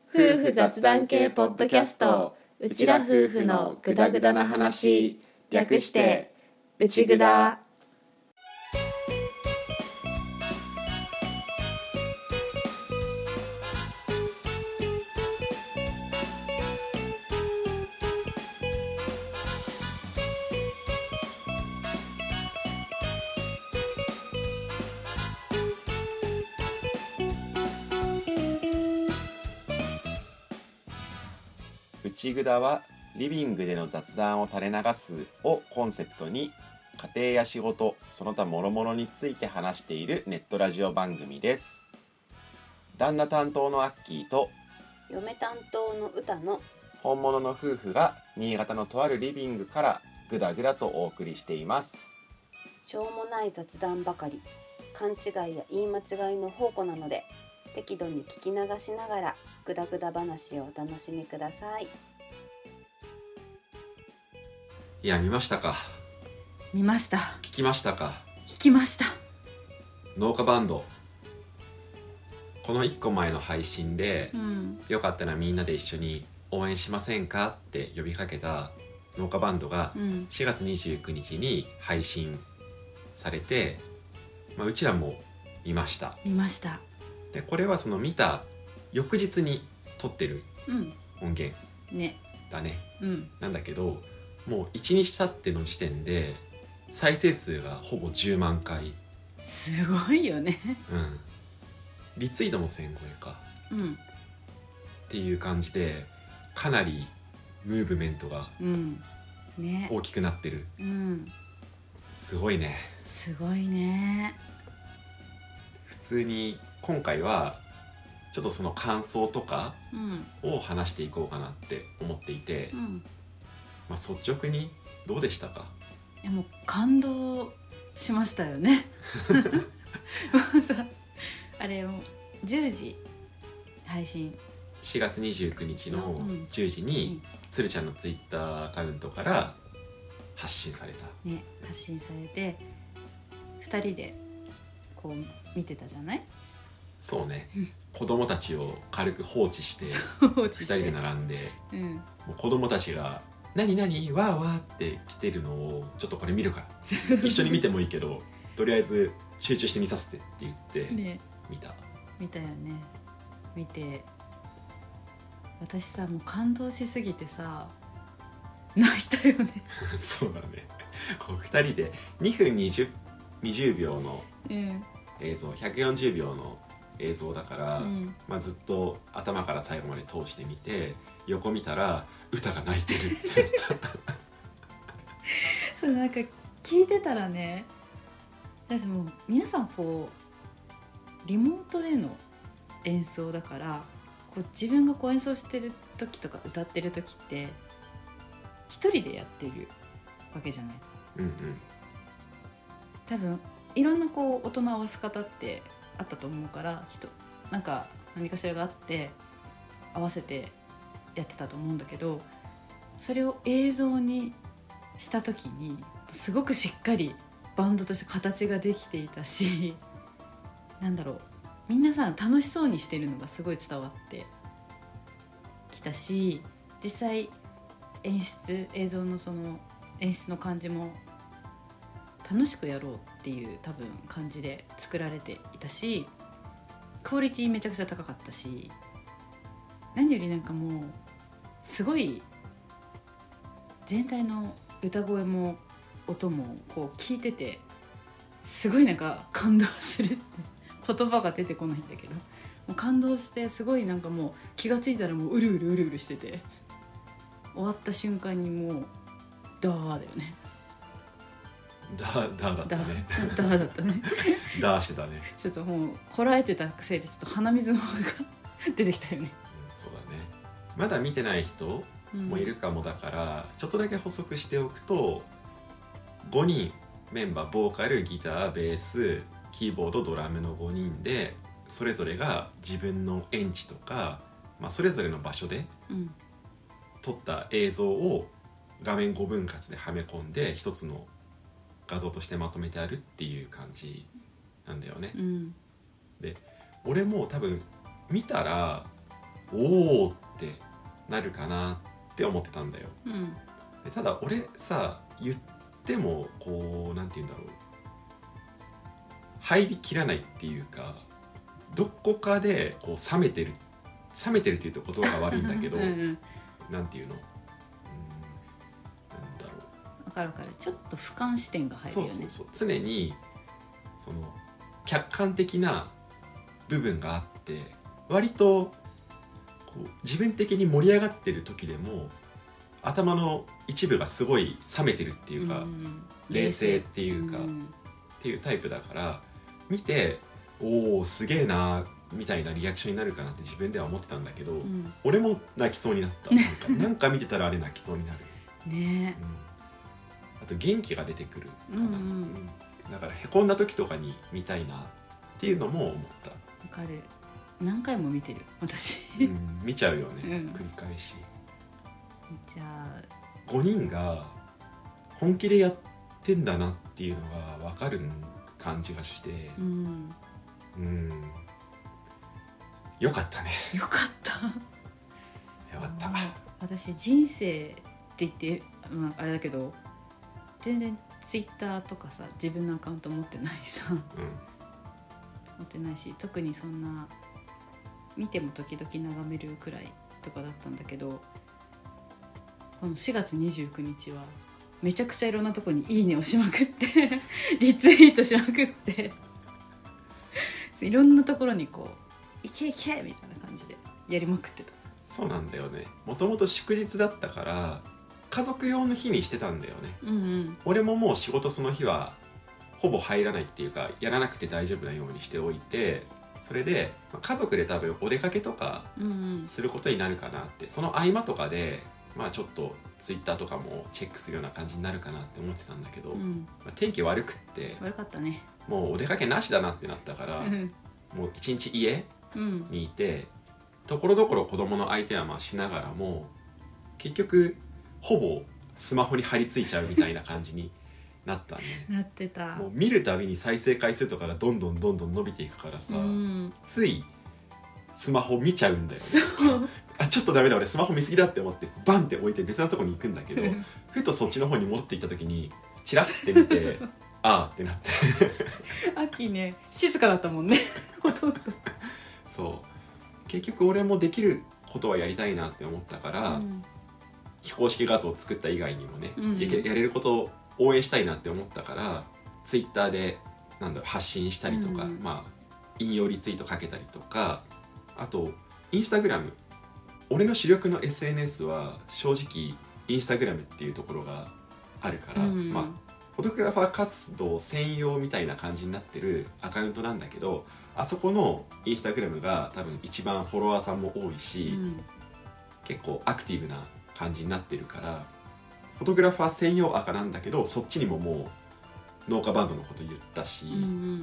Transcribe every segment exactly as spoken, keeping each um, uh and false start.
夫婦雑談系ポッドキャスト、うちら夫婦のグダグダな話、略してうちぐだ。 内ぐだはリビングでの雑談を垂れ流すをコンセプトに、家庭や仕事その他諸々について話しているネットラジオ番組です。旦那担当のアッキーと嫁担当の歌の本物の夫婦が新潟のとあるリビングからぐだぐだとお送りしています。 しょうもない雑談ばかり、勘違いや言い間違いの宝庫なので、適度に聞き流しながらぐだぐだ話をお楽しみください。 いや、見ましたか？ 見ました。 聞きましたか？ 聞きました。 農家バンド、このいっこまえの配信で、うん、よかったらみんなで一緒に応援しませんかって呼びかけた農家バンドがしがつにじゅうくにちに配信されて、まあ、うちらも見ました見ましたで、これはその見た翌日に撮ってる音源だね、うん、なんだけど、もういちにち経っての時点で再生数がほぼじゅうまんかい。 すごいよね、 うん、リツイートもせん超えか、うん、っていう感じで、かなりムーブメントが大きくなってる、うんね、すごいね。 すごいね。 普通に今回はちょっとその感想とかを話していこうかなって思っていて、うんまあ、率直にどうでしたか？ いやもう感動しましたよねあれもじゅうじ配信、 しがつにじゅうくにちのじゅうじに、うん、つるちゃんのツイッターアカウントから発信された、 ね、発信されてふたりでこう見てたじゃない？ そうね子供たちを軽く放置してふたりで並んで、うん、もう子供たちが何何わーわーって来てるのをちょっとこれ見るから一緒に見てもいいけどとりあえず集中して見させてって言って見た、ね、 見たよね。見て私さ、もう感動しすぎてさ泣いたよねそうだね。こうふたりでにふんにじゅうびょうの映像、うん、ひゃくよんじゅうびょうの映像だから、うんまあ、ずっと頭から最後まで通してみて、横見たら歌が泣いてるって言ったそうなんか聞いてたらね、だってもう皆さんこうリモートでの演奏だから、こう自分がこう演奏してる時とか歌ってる時って一人でやってるわけじゃない、うんうん、多分いろんなこう音の合わせ方ってあったと思うから、きっとなんか何かしらがあって合わせてやってたと思うんだけど、それを映像にした時にすごくしっかりバンドとして形ができていたし、なんだろう、皆さん楽しそうにしてるのがすごい伝わってきたし、実際演出映像のその演出の感じも楽しくやろうっていう多分感じで作られていたし、クオリティめちゃくちゃ高かったし、何よりなんかもうすごい全体の歌声も音もこう聞いててすごいなんか感動する言葉が出てこないんだけど、もう感動してすごいなんかもう気がついたらもううるうるうるうるしてて、終わった瞬間にもうダーだよね。 ダーダーだったね。 ダーだったね。 ダーしてたね。 ちょっともうこらえてたせいでちょっと鼻水の方が出てきたよね、 うん、そうだね。まだ見てない人もいるかもだから、うん、ちょっとだけ補足しておくと、ごにんメンバー、ボーカル、ギター、ベース、キーボード、ドラムのごにんで、それぞれが自分の演地とか、まあ、それぞれの場所で撮った映像を画面ごぶん割ではめ込んで一つの画像としてまとめてあるっていう感じなんだよね、うん、で俺も多分見たらおおってなるかなって思ってたんだよ。 うん、 でただ俺さ言ってもこうなんて言うんだろう、入りきらないっていうか、どこかでこう冷めてる冷めてるっていうと言葉が悪いんだけどうん、うん、なんていうの、うん、なんだろう、 分かる分かる、ちょっと俯瞰視点が入るよね。 そうそうそう、常にその客観的な部分があって、割とこう自分的に盛り上がってる時でも頭の一部がすごい冷めてるっていうか、うん、冷静っていうか、うん、っていうタイプだから、見ておーすげえなみたいなリアクションになるかなって自分では思ってたんだけど、うん、俺も泣きそうになった。なんか、なんか見てたらあれ泣きそうになるね、 うん、あと元気が出てくるかな、うんうん、だからへこんだ時とかに見たいなっていうのも思った。 わかる、何回も見てる私、 うん、見ちゃうよね、うん、繰り返し。 じゃあごにんが本気でやってんだなっていうのが分かる感じがして、うん、うん、よかったね。 よかったよかった。 私人生って言って、まあ、あれだけど全然ツイッターとかさ自分のアカウント持ってないさ、うん、持ってないし、特にそんな見ても時々眺めるくらいとかだったんだけど、このしがつにじゅうくにちはめちゃくちゃいろんなとこにいいねをしまくってリツイートしまくっていろんなところにこういけいけみたいな感じでやりまくってた。 そうなんだよね。もともと祝日だったから家族用の日にしてたんだよね、うんうん、俺ももう仕事その日はほぼ入らないっていうかやらなくて大丈夫なようにしておいて、それで家族で多分お出かけとかすることになるかなって、うんうん、その合間とかでまあちょっとツイッターとかもチェックするような感じになるかなって思ってたんだけど、うん、まあ、天気悪くって悪かったね。 もうお出かけなしだなってなったからもう一日家にいて、ところどころ子供の相手はまあしながらも結局ほぼスマホに張り付いちゃうみたいな感じになったねなってた。 もう見るたびに再生回数とかがどんどんどんどん伸びていくからさ、うん、ついスマホ見ちゃうんだよね。そうあちょっとダメだ俺スマホ見すぎだって思ってバンって置いて別なとこに行くんだけどふとそっちの方に戻っていった時にチラッて見てあーってなって秋ね静かだったもんねほとんど。 そう結局俺もできることはやりたいなって思ったから、うん、非公式画像を作った以外にもね、うん、や, やれることを応援したいなって思ったからツイッターでなんだろう発信したりとか、うん、まあ引用リツイートかけたりとか、あとインスタグラム、俺の主力の エスエヌエス は正直インスタグラムっていうところがあるから、うん、まあフォトグラファー活動専用みたいな感じになってるアカウントなんだけど、あそこのインスタグラムが多分一番フォロワーさんも多いし、うん、結構アクティブな感じになってるからフォトグラファー専用アカなんだけど、そっちにももう農家バンドのこと言ったし、うんうん、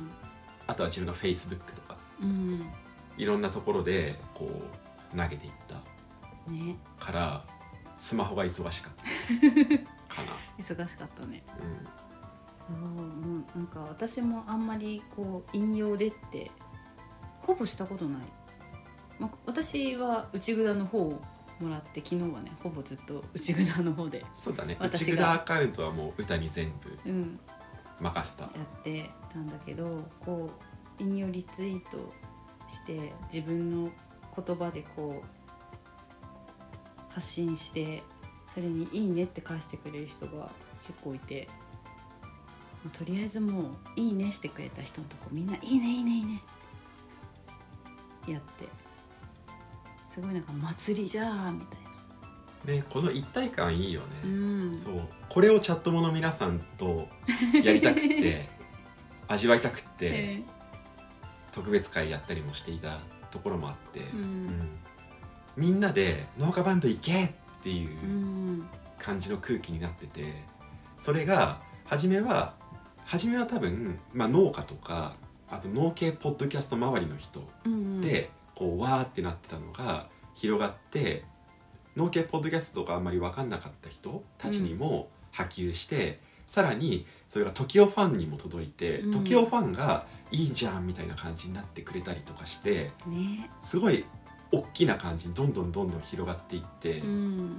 あとは自分の Facebook とか、うん、いろんなところでこう投げていったね、からスマホが忙しかったかな忙しかったね、うん、もうなんか私もあんまりこう引用でってほぼしたことない、まあ、私は内蔵の方をもらって昨日はねほぼずっと内蔵の方でそうだね内蔵アカウントはもう歌に全部任せた、 うん、やってたんだけどこう引用リツイートして自分の言葉でこう発信してそれにいいねって返してくれる人が結構いて、とりあえずもういいねしてくれた人のとこみんないいねいいねいいねやってすごいなんか祭りじゃーみたいなね、この一体感いいよね、うん、そうこれをチャットモの皆さんとやりたくって味わいたくって、えー、特別会やったりもしていたところもあって、うんうんみんなで農家バンド行けっていう感じの空気になってて、それが初めは初めは多分、まあ、農家とかあと農系ポッドキャスト周りの人でこうわーってなってたのが広がって、農系ポッドキャストとかあんまり分かんなかった人たちにも波及して、うん、さらにそれが トキオ ファンにも届いて、うん、トキオ ファンがいいじゃんみたいな感じになってくれたりとかして、ね、すごい大きな感じにどんどんどんどん広がっていって、 うん、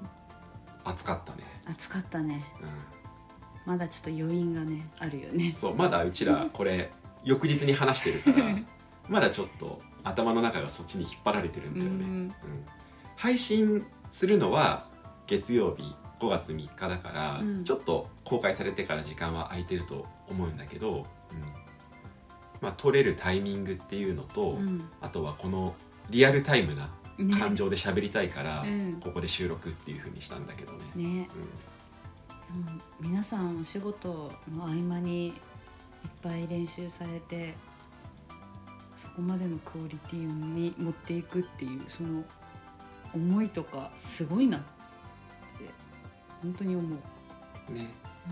暑かったね。 暑かったね、 うん、 まだちょっと余韻がねあるよね。 そうまだうちらこれ翌日に話してるからまだちょっと頭の中がそっちに引っ張られてるんだよね、 うんうん、配信するのは月曜日ごがつみっかだから、うん、ちょっと公開されてから時間は空いてると思うんだけど、うんまあ、撮れるタイミングっていうのと、うん、あとはこのリアルタイムな感情で喋りたいから、ねうん、ここで収録っていう風にしたんだけどね。ね、 うん、皆さんお仕事の合間にいっぱい練習されてそこまでのクオリティに持っていくっていうその思いとかすごいなって本当に思うね、うん、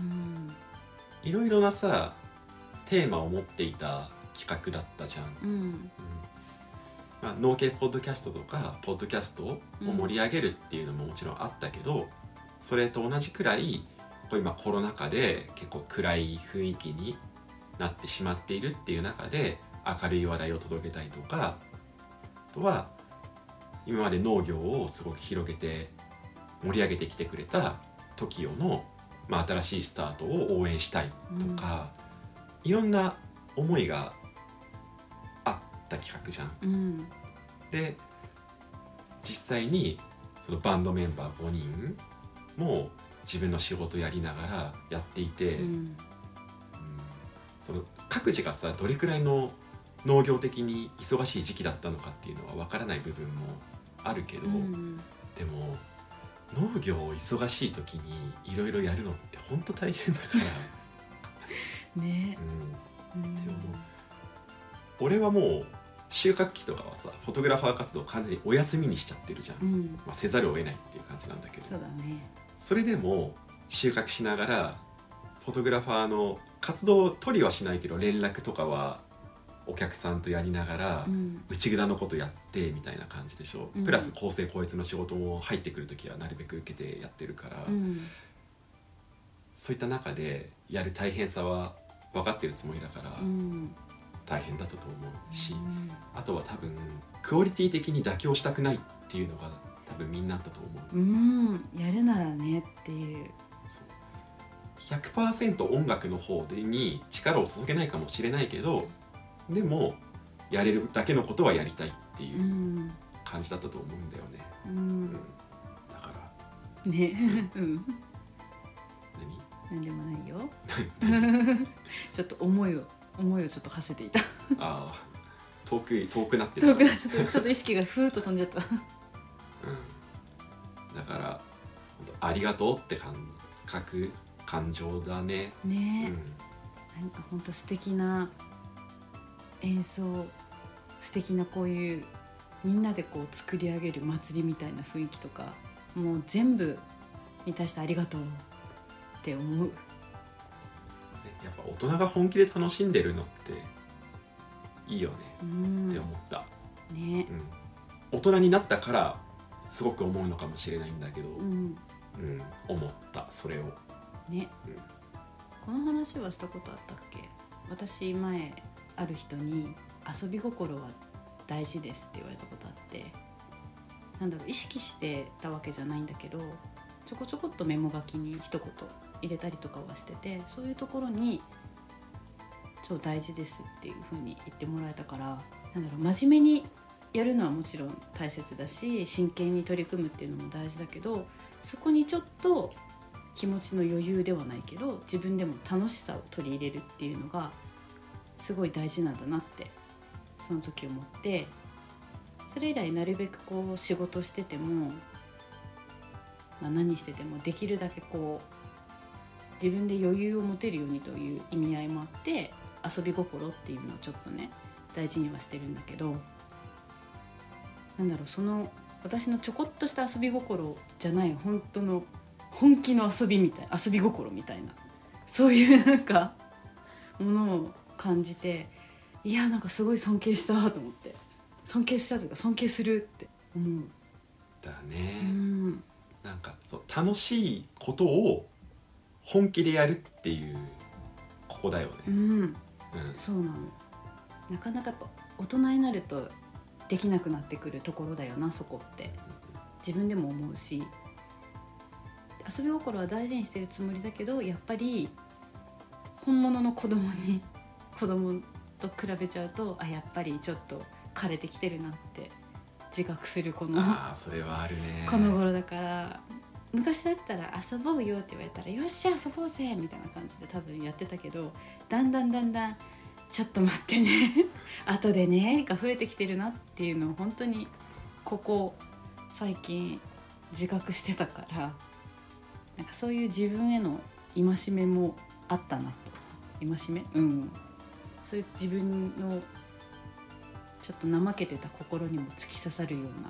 いろいろなさテーマを持っていた企画だったじゃん、うんうんまあ、農系ポッドキャストとかポッドキャストを盛り上げるっていうのももちろんあったけど、うん、それと同じくらいこう今コロナ禍で結構暗い雰囲気になってしまっているっていう中で明るい話題を届けたりとか、あとは今まで農業をすごく広げて盛り上げてきてくれた トキオ の、まあ、新しいスタートを応援したいとか、うん、いろんな思いがあった企画じゃん、うん、で実際にそのバンドメンバーごにんも自分の仕事やりながらやっていて、うんうん、その各自がさどれくらいの農業的に忙しい時期だったのかっていうのは分からない部分もあるけど、うん、でも農業を忙しい時にいろいろやるのって本当大変だからね、うん、って思う。俺はもう収穫期とかはさフォトグラファー活動を完全にお休みにしちゃってるじゃん、うんまあ、せざるを得ないっていう感じなんだけど、 そうだね、 それでも収穫しながらフォトグラファーの活動を取りはしないけど連絡とかはお客さんとやりながら、うん、内蔵のことやってみたいな感じでしょ、うん、プラス構成校閲の仕事も入ってくるときはなるべく受けてやってるから、うん、そういった中でやる大変さは分かってるつもりだから、うん、大変だったと思うし、うん、あとは多分クオリティ的に妥協したくないっていうのが多分みんなあったと思う、 うん、やるならねっていう、 そう ひゃくパーセント 音楽の方でに力を注げないかもしれないけどでもやれるだけのことはやりたいっていう感じだったと思うんだよね、うんうん、だからね、うん、 何？ 何でもないよちょっと思いを思いをちょっと馳せていたああ遠く遠くなってた、 遠くなってちょっとちょっと意識がふーっと飛んじゃった、うん、 だから本当ありがとうって感覚感情だねね、うん、なんか本当素敵な演奏素敵なこういうみんなでこう作り上げる祭りみたいな雰囲気とかもう全部に対してありがとうって思う。 やっぱ大人が本気で楽しんでるのっていいよねって思った、ねうん、大人になったからすごく思うのかもしれないんだけど、うんうん、思ったそれをね、うん、この話はしたことあったっけ？私前ある人に遊び心は大事ですって言われたことあって、なんだろう意識してたわけじゃないんだけどちょこちょこっとメモ書きに一言入れたりとかはしてて、そういうところに超大事ですっていう風に言ってもらえたから、なんだろう真面目にやるのはもちろん大切だし真剣に取り組むっていうのも大事だけど、そこにちょっと気持ちの余裕ではないけど自分でも楽しさを取り入れるっていうのがすごい大事なんだなってその時思って、それ以来なるべくこう仕事してても、まあ、何しててもできるだけこう自分で余裕を持てるようにという意味合いもあって遊び心っていうのをちょっとね大事にはしてるんだけど、なんだろうその私のちょこっとした遊び心じゃない本当の本気の遊びみたいな遊び心みたいなそういうなんかものを感じて、いやなんかすごい尊敬したと思って、尊敬したというか尊敬するって思う。 だね、うん、なんかそう楽しいことを本気でやるっていうここだよね、 うんうん、そうなの。なかなかやっぱ大人になるとできなくなってくるところだよな、そこって自分でも思うし、遊び心は大事にしてるつもりだけど、やっぱり本物の子供に子供と比べちゃうと、あやっぱりちょっと枯れてきてるなって自覚するこのあーそれはあるね。 この頃だから、昔だったら遊ぼうよって言われたらよっしゃ遊ぼうぜみたいな感じで多分やってたけど、だんだんだんだんちょっと待ってね後でねが増えてきてるなっていうのを本当にここ最近自覚してたから、なんかそういう自分への戒めもあったなと。戒め、うん、そういう自分のちょっと怠けてた心にも突き刺さるような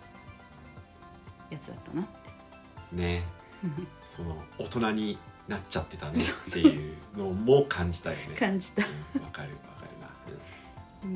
やつだったなってねその大人になっちゃってたねっていうのも感じたよね感じた。 わ、うん、かるわかるな、 うん、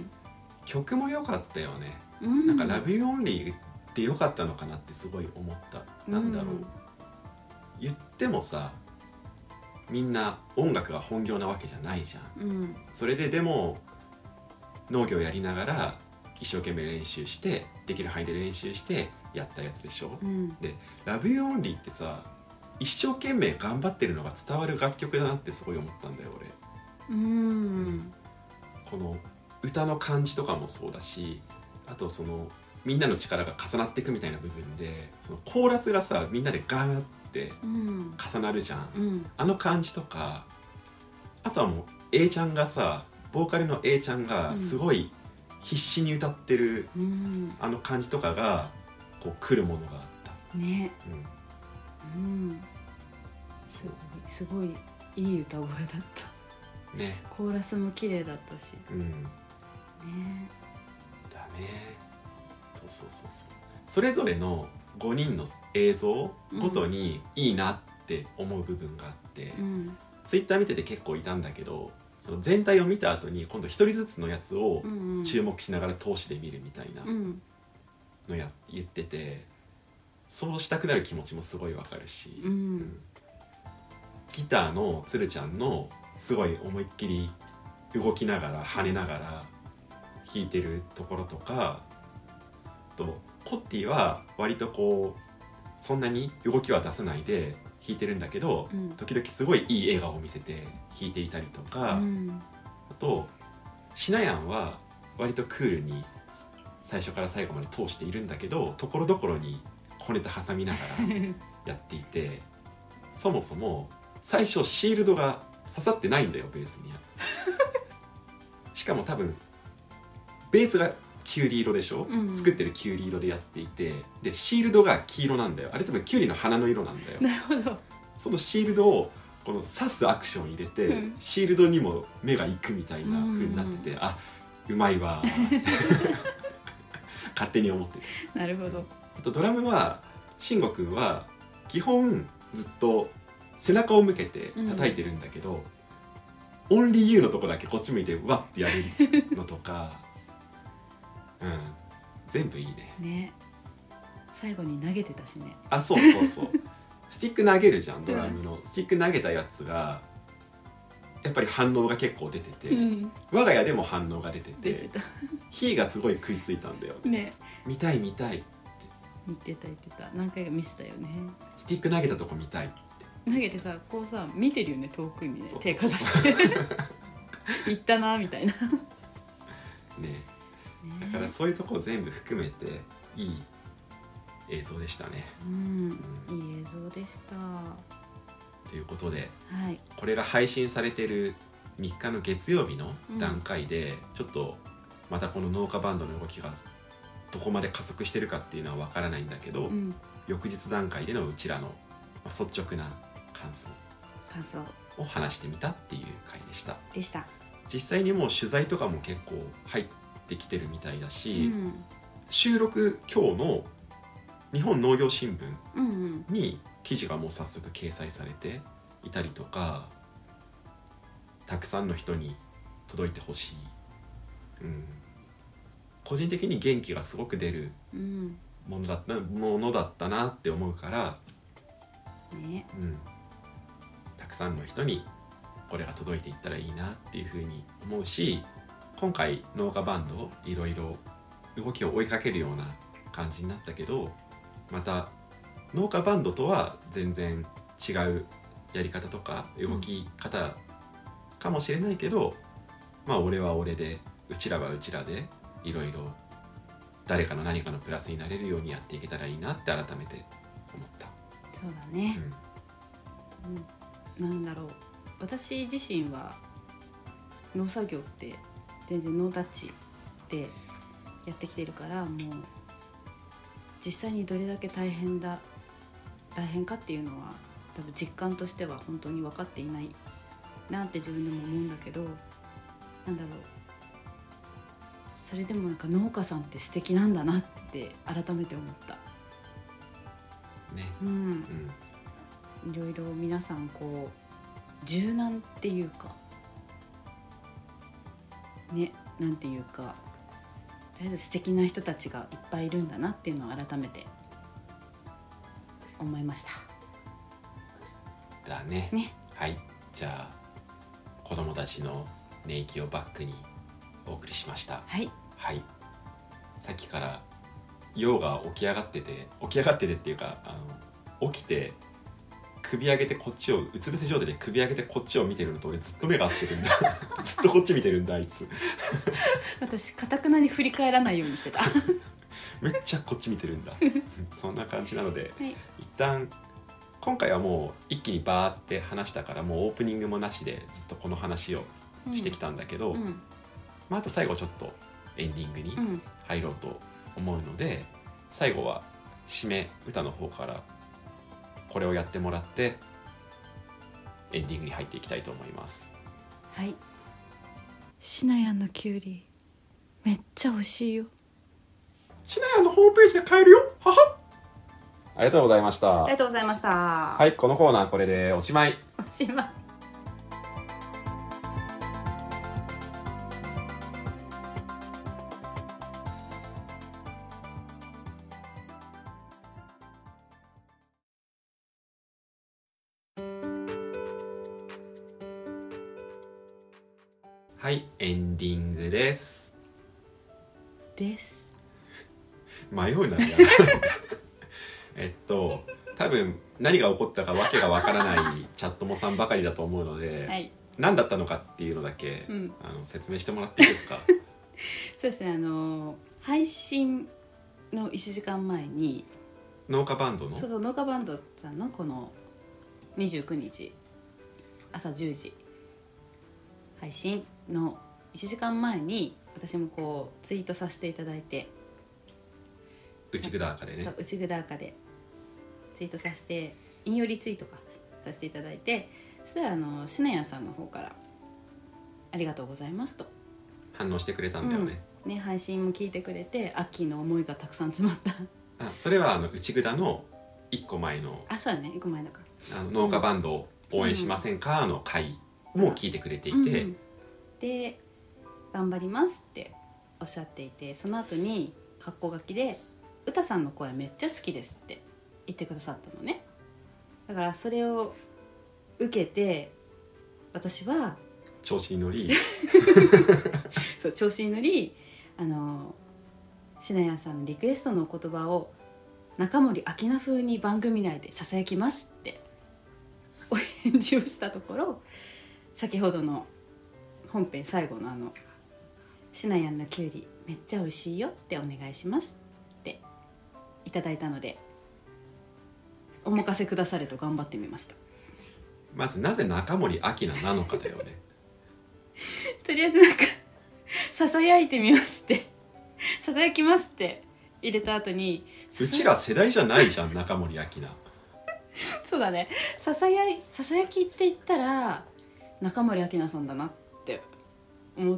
曲も良かったよね、 うん、 なんかラブユーオンリーで良かったのかなってすごい思った。なんだろう、うん、言ってもさみんな音楽が本業なわけじゃないじゃん、うん、それででも農業やりながら一生懸命練習してできる範囲で練習してやったやつでしょ、うん、でラブユーオンリーってさ一生懸命頑張ってるのが伝わる楽曲だなってすごい思ったんだよ俺。うん、うん、この歌の感じとかもそうだし、あとそのみんなの力が重なっていくみたいな部分で、そのコーラスがさみんなでガーって重なるじゃん、うん、あの感じとか、あとはもう A ちゃんがさボーカルの A ちゃんがすごい必死に歌ってる、うん、あの感じとかがこう来るものがあったね、うん、うん、すごい、すごいいい歌声だったね。コーラスも綺麗だったし、うん、ねだね。そうそうそうそう、それぞれのごにんの映像ごとにいいなって思う部分があって、うん、ツイッター見てて結構いたんだけど、その全体を見た後に今度一人ずつのやつを注目しながら通しで見るみたいなのや言ってて、そうしたくなる気持ちもすごいわかるし、うんうん、ギターのつるちゃんのすごい思いっきり動きながら跳ねながら弾いてるところとか、とコッティは割とこうそんなに動きは出さないで弾いてるんだけど、うん、時々すごいいい笑顔を見せて弾いていたりとか、うん、あとシナヤンは割とクールに最初から最後まで通しているんだけど、ところどころに小ネタ挟みながらやっていてそもそも最初シールドが刺さってないんだよベースにしかも多分ベースがキュウリ色でしょ、うんうん、作ってるキュウリ色でやっていて、でシールドが黄色なんだよ。あれ多分キュウリの花の色なんだよ。 なるほど。 そのシールドをこの刺すアクション入れて、うん、シールドにも目がいくみたいな風になってて、うんうん、あうまいわ勝手に思ってる。 なるほど。 あとドラムは慎吾くんは基本ずっと背中を向けて叩いてるんだけど、うん、オンリーユーのとこだけこっち向いてワッてやるのとかうん、全部いいね。 ね、最後に投げてたしね。 あ、そうそうそうスティック投げるじゃん、ドラムの、うん、スティック投げたやつがやっぱり反応が結構出てて、うん、我が家でも反応が出てて、出てたヒーがすごい食いついたんだよね。ね、見たい見たいって見てた言ってた、何回か見せたよね。 スティック投げたとこ見たいって投げてさ、こうさ見てるよね、遠くにね、手かざして行ったなみたいなね。だからそういうところ全部含めていい映像でしたね、 うんうん、いい映像でした。 ということで、 はい、 これが配信されてるみっかの月曜日の段階で、うん、ちょっとまたこの農家バンドの動きがどこまで加速してるかっていうのは分からないんだけど、うん、翌日段階でのうちらの率直な感想感想を話してみたっていう回でしたでした実際にもう取材とかも結構入ってできてるみたいだし、うん、収録今日の日本農業新聞に記事がもう早速掲載されていたりとか、たくさんの人に届いてほしい、うん、個人的に元気がすごく出るものだった、ものだったなって思うから、ね、うん、たくさんの人にこれが届いていったらいいなっていうふうに思うし、今回農家バンドいろいろ動きを追いかけるような感じになったけど、また農家バンドとは全然違うやり方とか動き方かもしれないけど、うん、まあ俺は俺でうちらはうちらでいろいろ誰かの何かのプラスになれるようにやっていけたらいいなって改めて思った。 そうだね、うんうん、なんだろう、私自身は農作業って全然ノータッチでやってきてるから、もう実際にどれだけ大変だ大変かっていうのは多分実感としては本当に分かっていないなって自分でも思うんだけど、なんだろう、それでもなんか農家さんって素敵なんだなって改めて思ったね。 うん、うん、いろいろ皆さんこう柔軟っていうかね、なんていうか、とりあえず素敵な人たちがいっぱいいるんだなっていうのを改めて思いました。 だね。 ね。 はい、じゃあ子供たちの寝息をバックにお送りしました。 はい。 はい。さっきから陽が起き上がってて、起き上がっててっていうか、あの起きて首上げてこっちをうつ伏せ状態で首上げてこっちを見てるのと俺ずっと目が合ってるんだずっとこっち見てるんだあいつ私堅くなに振り返らないようにしてためっちゃこっち見てるんだそんな感じなので、 はい、 一旦今回はもう一気にバーって話したから、もうオープニングもなしでずっとこの話をしてきたんだけど、うんうん、まあ、あと最後ちょっとエンディングに入ろうと思うので、うん、最後は締め歌の方からこれをやってもらってエンディングに入っていきたいと思います。 はい。シナヤンのキュウリめっちゃ美味しいよ。 シナヤンのホームページで買えるよ。はは。ありがとうございました。 ありがとうございました。 はい、このコーナーこれでおしまい。 おしまい。 はい、エンディングですです迷うなねえっと多分何が起こったかわけがわからないチャットモさんばかりだと思うので、 はい、 何だったのかっていうのだけ、うん、あの説明してもらっていいですかそうですね、あの配信のいちじかんまえに農家バンドのそうそう農家バンドさんのこのにじゅうくにち朝じゅうじ配信のいちじかんまえに私もこうツイートさせていただいて、 内ぐだ赤でね、 そう内ぐだ赤でツイートさせて引用リツイートかさせていただいて、そしたらあのシナヤンさんの方からありがとうございますと反応してくれたんだよね、 うん、ね、配信も聞いてくれてアッキーの思いがたくさん詰まったあ、それはあの内ぐだのいっこまえのあ、そうだね、いっこまえだからあの農家バンドを応援しませんか、うん、の回も聞いてくれていて、うんうん、 で頑張りますっておっしゃっていて、その後に括弧書きで歌さんの声めっちゃ好きですって言ってくださったのね。だからそれを受けて私は調子に乗りそう調子に乗りあのシナヤンさんのリクエストのお言葉を中森明菜風に番組内でささやきますってお返事をしたところ、先ほどの本編最後のあのシナヤンのキュウリめっちゃ美味しいよってお願いしますっていただいたので、お任せくだされと頑張ってみました。 まずなぜ中森明菜なのかだよねとりあえずなんかささやいてみますってささやきますって入れた後に、 うちら世代じゃないじゃん中森明菜そうだね、ささやいささやきって言ったら中森明菜さんだなって思って、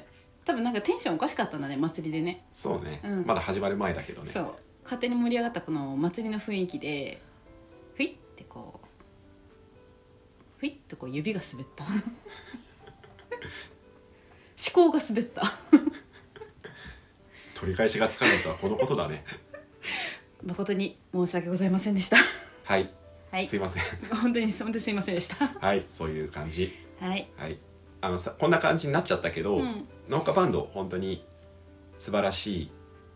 多分なんかテンションおかしかったんだね、祭りでね。 そうね、 うん、 まだ始まる前だけどね。 そう勝手に盛り上がったこの祭りの雰囲気でふいってこうふいっとこう指が滑った思考が滑った取り返しがつかないとはこのことだね誠に申し訳ございませんでしたはい、 はい、 すいません本当に本当にすいませんでしたはい、そういう感じ。 はい、 はい、あのさこんな感じになっちゃったけど、うん、農家バンド本当に素晴らしい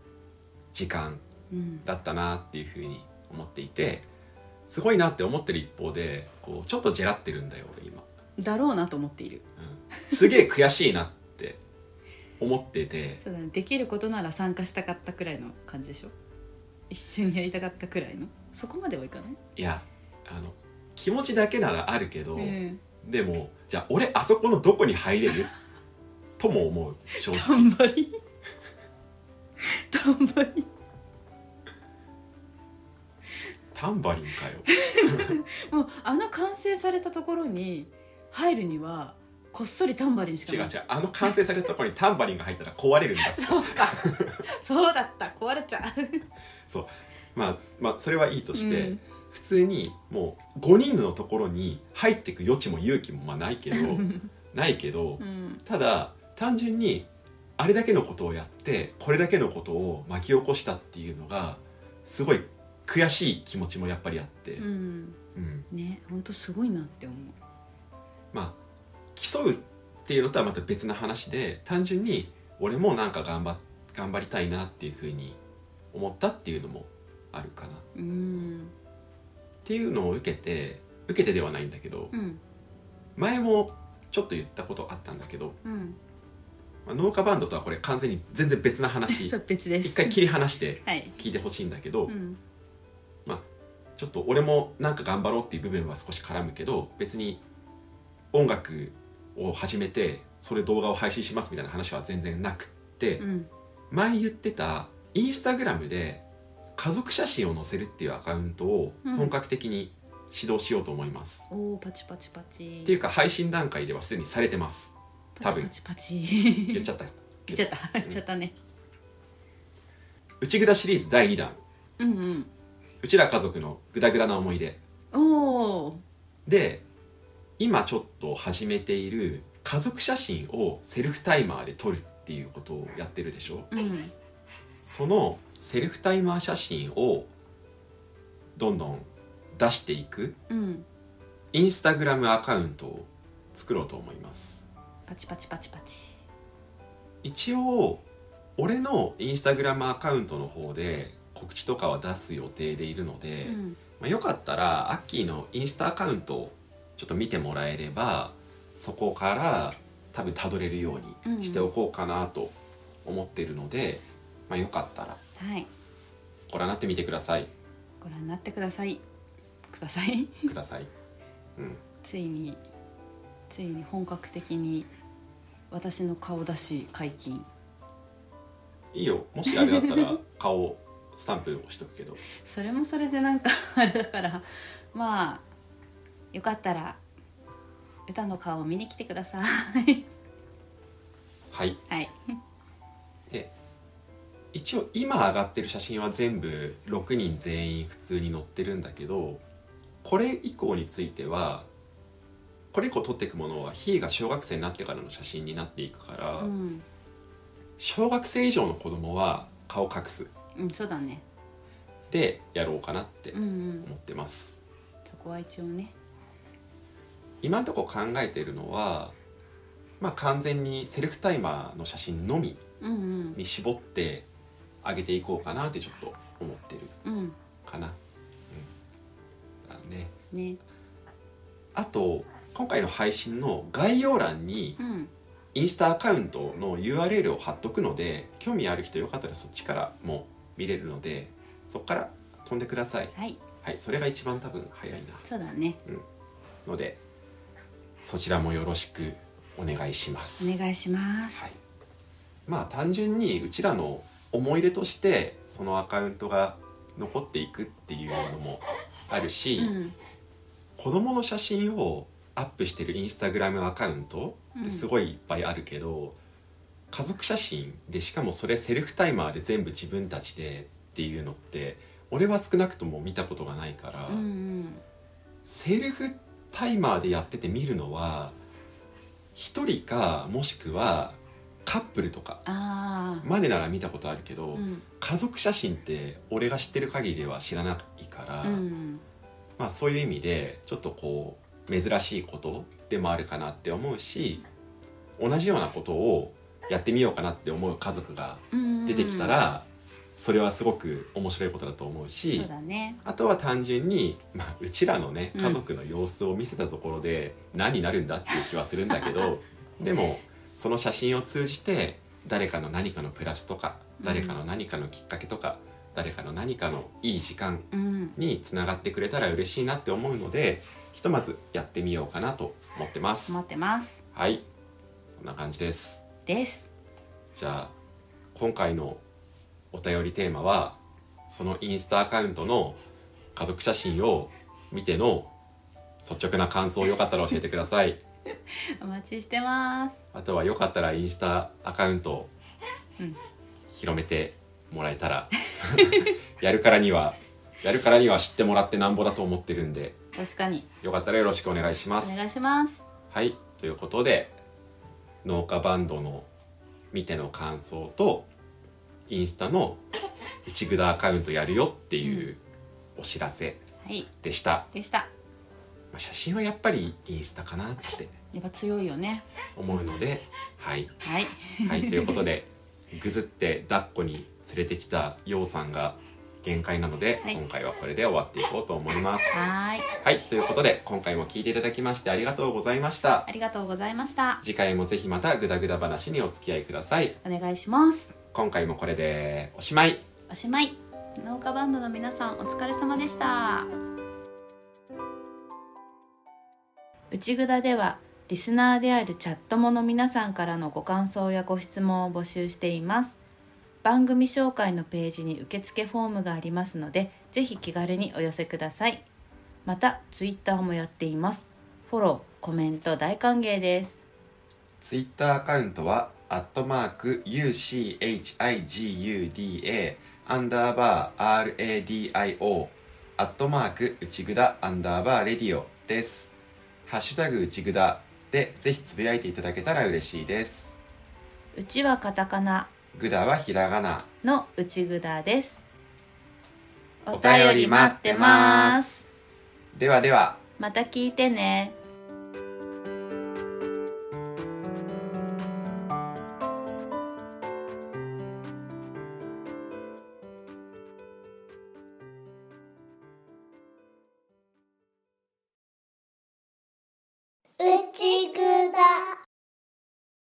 時間うんだったなっていうふうに思っていて、すごいなって思ってる一方でこうちょっとジェラってるんだよ俺今、 だろうなと思っている。 うん、すげえ悔しいなって思っててそうだね、できることなら参加したかったくらいの感じでしょ。一緒にやりたかったくらいの、そこまではいかない。 いやあの気持ちだけならあるけど、 うんでもじゃあ俺あそこのどこに入れるとも思う正タ直ンバリンタンバリンタンバリンかよもうあの完成されたところに入るにはこっそりタンバリンしかない。 違う違う、あの完成されたところにタンバリンが入ったら壊れるんだってそうかそうだった、壊れちゃうそうまあまあそれはいいとして、 うん、 普通にもうごにんのところに入っていく余地も勇気もまあないけどないけど、 うん、 ただ単純にあれだけのことをやってこれだけのことを巻き起こしたっていうのがすごい悔しい気持ちもやっぱりあって、 うんうん、 ね、本当すごいなって思う。 まあ競うっていうのとはまた別な話で、単純に俺もなんか頑張頑張りたいなっていうふうに思ったっていうのもあるかな、 うん、 っていうのを受けて受けてではないんだけど、 うん、 前もちょっと言ったことあったんだけど、 うん、 まあ、農家バンドとはこれ完全に全然別な話そう別です。 一回切り離してはい、 聞いてほしいんだけど、 うん、 まあちょっと俺もなんか頑張ろうっていう部分は少し絡むけど、別に音楽を始めてそれ動画を配信しますみたいな話は全然なくって、 うん、 前言ってたインスタグラムで家族写真を載せるっていうアカウントを本格的に指導しようと思います、 うん、おーパチパチパチっていうか配信段階ではすでにされてます多分。 パチパチパチ言っちゃった言っちゃった言っちゃったね。 内ぐだシリーズだいにだん、 うんうん、 うちら家族のグダグダな思い出おーで、今ちょっと始めている家族写真をセルフタイマーで撮るっていうことをやってるでしょ、 うん、 そのセルフタイマー写真をどんどん出していく、 うん、 インスタグラムアカウントを作ろうと思います。 パチパチパチパチ。 一応俺のインスタグラムアカウントの方で告知とかは出す予定でいるので、 うん、 まあ、よかったらアッキーのインスタアカウントをちょっと見てもらえれば、そこから多分たどれるようにしておこうかなと思ってるので、まあ、よかったらはい、 ご覧になってみてください。 ご覧になってくださいくださいください、うん、 ついについに本格的に私の顔出し解禁。 いいよ、もしあれだったら顔スタンプ押しとくけどそれもそれでなんかあれだから、まあよかったら歌の顔を見に来てくださいはいはい。 で一応今上がってる写真は全部ろくにん全員普通に載ってるんだけど、これ以降についてはこれ以降撮っていくものはひーが小学生になってからの写真になっていくから、 うん、 小学生以上の子供は顔隠すうん、そうだね。 でやろうかなってうんうん、 思ってます、 そこは一応ね。 今のところ考えているのは、まあ、完全にセルフタイマーの写真のみに絞って上げていこうかなってちょっと思ってるうんうんかな、うんだね。 ね、 あと今回の配信の概要欄にうんインスタアカウントの ユーアールエル を貼っとくので、興味ある人よかったらそっちからも見れるので、そこから飛んでください。 はい、 はい、それが一番多分早いなそうだね。 ので、そちらもよろしくお願いします。 お願いします。 はい、まあ単純にうちらの思い出としてそのアカウントが残っていくっていうのもあるし、 うん、 子供の写真をアップしてるインスタグラムアカウントってすごいいっぱいあるけど、うん、家族写真でしかもそれセルフタイマーで全部自分たちでっていうのって俺は少なくとも見たことがないから、 うんうん、 セルフタイマーでやってて見るのは一人かもしくはカップルとかまでなら見たことあるけど、うん、家族写真って俺が知ってる限りでは知らないから、うん、まあそういう意味でちょっとこう珍しいことでもあるかなって思うし、同じようなことをやってみようかなって思う家族が出てきたらそれはすごく面白いことだと思うし、 そうだね。 あとは単純に、まあ、うちらのねうん家族の様子を見せたところで何になるんだっていう気はするんだけどでもその写真を通じて誰かの何かのプラスとか誰かの何かのきっかけとか、誰かの何かのいい時間うんにつながってくれたら嬉しいなって思うので、ひとまずやってみようかなと思ってます思ってますはい、そんな感じです。 ですじゃあ今回のお便りテーマは、そのインスタアカウントの家族写真を見ての率直な感想をよかったら教えてくださいお待ちしてます。 あとはよかったらインスタアカウントをうん広めてもらえたらやるからにはやるからには知ってもらってなんぼだと思ってるんで、 確かによかったらよろしくお願いします。 お願いします。 はい、ということで農家バンドの見ての感想とインスタの内ぐだアカウントやるよっていうお知らせはいでした、 でした。 まあ、写真はやっぱりインスタかなってやっぱ強いよね。 思うので、はい、 はいはい、ということでぐずって抱っこに連れてきたようさんが限界なので、 はい今回はこれで終わっていこうと思います。 はーい、 はい、ということで今回も聞いていただきましてありがとうございました。 ありがとうございました。 次回もぜひまたグダグダ話にお付き合いください。 お願いします。 今回もこれでおしまい。 おしまい。農家バンドの皆さんお疲れ様でした。内ぐだではリスナーであるチャットモの皆さんからのご感想やご質問を募集しています。番組紹介のページに受付フォームがありますので、ぜひ気軽にお寄せください。またツイッターもやっています。フォロー、コメント大歓迎です。 ツイッターアカウントはアットマーク ユーシーエイチアイジーユーディーエー アンダーバー アールエーディーアイオー アットマーク内ぐだアンダーバーレディオです。ハッシュタグ内ぐだでぜひつぶやいていただけたら嬉しいです。 うちはカタカナ、 ぐだはひらがなの内ぐだです。 お便り待ってます。ではでは。 また聞いてね。